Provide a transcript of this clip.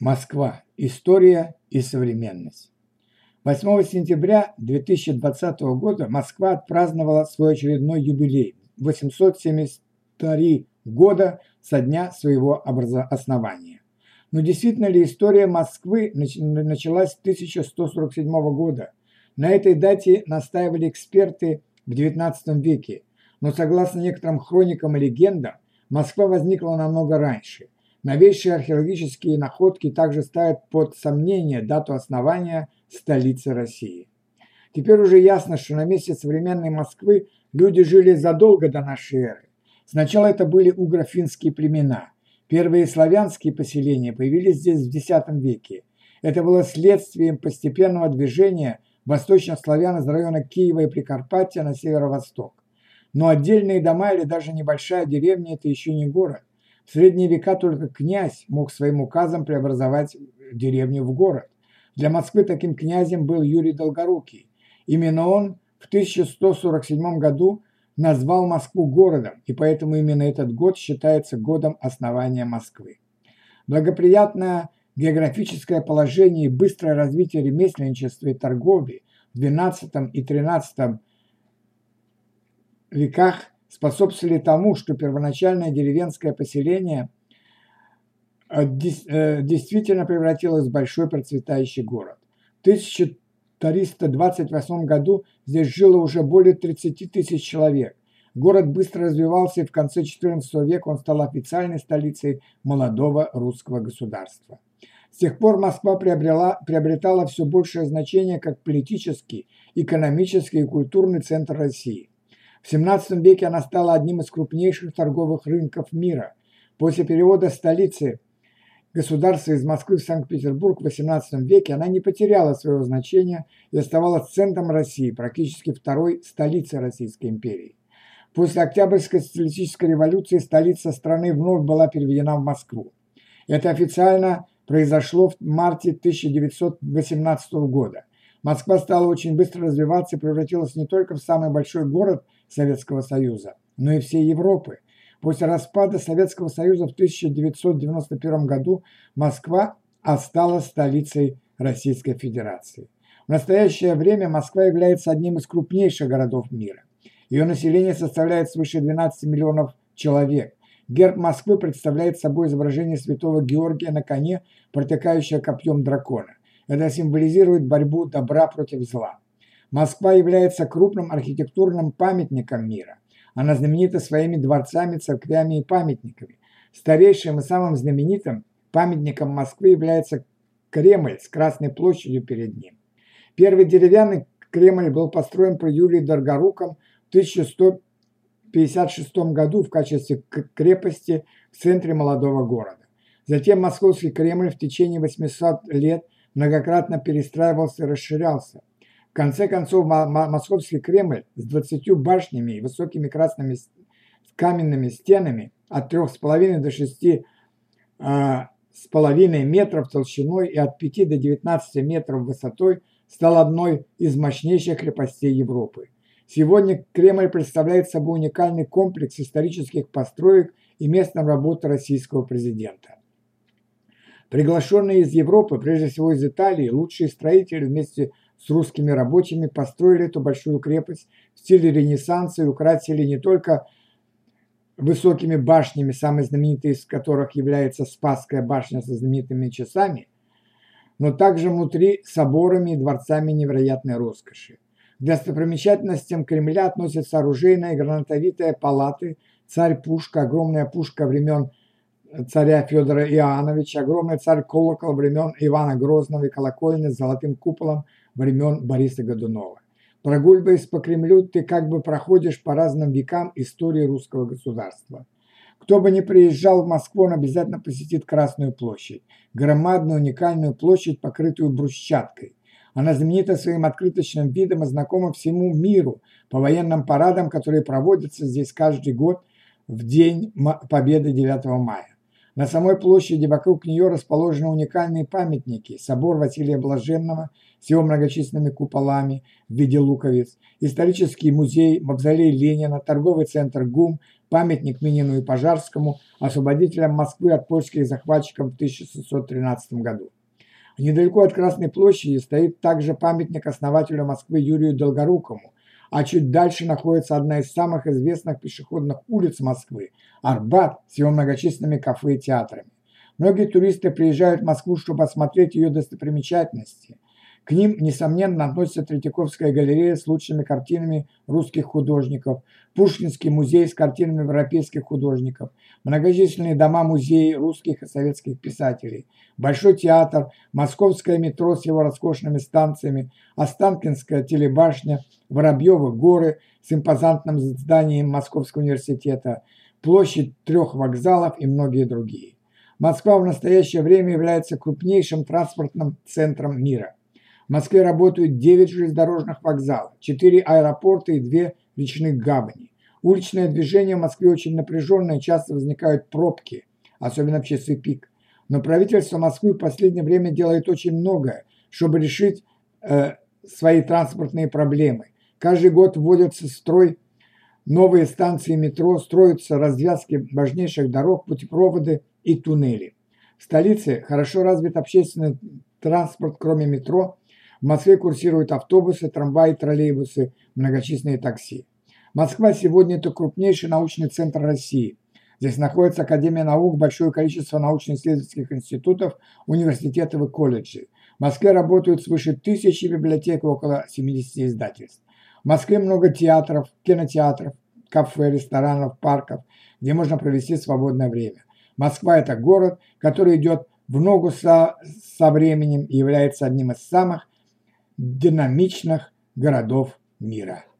Москва. История и современность. 8 сентября 2020 года Москва отпраздновала свой очередной юбилей – 873 года со дня своего основания. Но действительно ли история Москвы началась с 1147 года? На этой дате настаивали эксперты в XIX веке, но согласно некоторым хроникам и легендам, Москва возникла намного раньше. Новейшие археологические находки также ставят под сомнение дату основания столицы России. Теперь уже ясно, что на месте современной Москвы люди жили задолго до нашей эры. Сначала это были угро-финские племена. Первые славянские поселения появились здесь в X веке. Это было следствием постепенного движения восточных славян из района Киева и Прикарпатья на северо-восток. Но отдельные дома или даже небольшая деревня – это еще не город. В средние века только князь мог своим указом преобразовать деревню в город. Для Москвы таким князем был Юрий Долгорукий. Именно он в 1147 году назвал Москву городом, и поэтому именно этот год считается годом основания Москвы. Благоприятное географическое положение и быстрое развитие ремесленничества и торговли в XII и XIII веках способствовали тому, что первоначальное деревенское поселение действительно превратилось в большой процветающий город. В 1328 году здесь жило уже более 30 тысяч человек. Город быстро развивался, и в конце XIV века он стал официальной столицей молодого русского государства. С тех пор Москва приобретала все большее значение как политический, экономический и культурный центр России. В XVII веке она стала одним из крупнейших торговых рынков мира. После перевода столицы государства из Москвы в Санкт-Петербург в XVIII веке она не потеряла своего значения и оставалась центром России, практически второй столицей Российской империи. После Октябрьской социалистической революции столица страны вновь была переведена в Москву. Это официально произошло в марте 1918 года. Москва стала очень быстро развиваться и превратилась не только в самый большой город Советского Союза, но и всей Европы. После распада Советского Союза в 1991 году Москва осталась столицей Российской Федерации. В настоящее время Москва является одним из крупнейших городов мира. Ее население составляет свыше 12 миллионов человек. Герб Москвы представляет собой изображение святого Георгия на коне, протыкающего копьем дракона. Это символизирует борьбу добра против зла. Москва является крупным архитектурным памятником мира. Она знаменита своими дворцами, церквями и памятниками. Старейшим и самым знаменитым памятником Москвы является Кремль с Красной площадью перед ним. Первый деревянный Кремль был построен при Юрии Долгоруком в 1156 году в качестве крепости в центре молодого города. Затем Московский Кремль в течение 800 лет многократно перестраивался и расширялся. В конце концов, Московский Кремль с 20 башнями и высокими красными каменными стенами от 3,5 до 6,5 метров толщиной и от 5 до 19 метров высотой стал одной из мощнейших крепостей Европы. Сегодня Кремль представляет собой уникальный комплекс исторических построек и место работы российского президента. Приглашенные из Европы, прежде всего из Италии, лучшие строители вместе с русскими рабочими построили эту большую крепость в стиле Ренессанса и украсили не только высокими башнями, самой знаменитой из которых является Спасская башня со знаменитыми часами, но также внутри соборами и дворцами невероятной роскоши. К достопримечательностям Кремля относятся оружейная и гранатовитая палаты, царь-пушка, огромная пушка времен царя Федора Иоанновича, огромный царь-колокол времен Ивана Грозного и колокольня с золотым куполом времен Бориса Годунова. Прогуливаясь по Кремлю, ты как бы проходишь по разным векам истории русского государства. Кто бы ни приезжал в Москву, он обязательно посетит Красную площадь, громадную уникальную площадь, покрытую брусчаткой. Она знаменита своим открыточным видом и знакома всему миру по военным парадам, которые проводятся здесь каждый год в День Победы 9 мая. На самой площади вокруг нее расположены уникальные памятники: собор Василия Блаженного с его многочисленными куполами в виде луковиц, исторический музей, мавзолей Ленина, торговый центр ГУМ, памятник Минину и Пожарскому, освободителям Москвы от польских захватчиков в 1613 году. Недалеко от Красной площади стоит также памятник основателю Москвы Юрию Долгорукому, а чуть дальше находится одна из самых известных пешеходных улиц Москвы – Арбат с его многочисленными кафе и театрами. Многие туристы приезжают в Москву, чтобы осмотреть ее достопримечательности. К ним, несомненно, относятся Третьяковская галерея с лучшими картинами русских художников, Пушкинский музей с картинами европейских художников, многочисленные дома-музеи русских и советских писателей, Большой театр, Московское метро с его роскошными станциями, Останкинская телебашня, Воробьевы горы с импозантным зданием Московского университета, площадь 3 вокзалов и многие другие. Москва в настоящее время является крупнейшим транспортным центром мира. В Москве работают 9 железнодорожных вокзалов, 4 аэропорта и 2 речных гавани. Уличное движение в Москве очень напряженное, часто возникают пробки, особенно в часы пик. Но правительство Москвы в последнее время делает очень многое, чтобы решить свои транспортные проблемы. Каждый год вводятся в строй новые станции метро, строятся развязки важнейших дорог, путепроводы и туннели. В столице хорошо развит общественный транспорт, кроме метро. В Москве курсируют автобусы, трамваи, троллейбусы, многочисленные такси. Москва сегодня – это крупнейший научный центр России. Здесь находится Академия наук, большое количество научно-исследовательских институтов, университетов и колледжей. В Москве работают свыше 1000 библиотек и около 70 издательств. В Москве много театров, кинотеатров, кафе, ресторанов, парков, где можно провести свободное время. Москва – это город, который идет в ногу со временем и является одним из самых динамичных городов мира.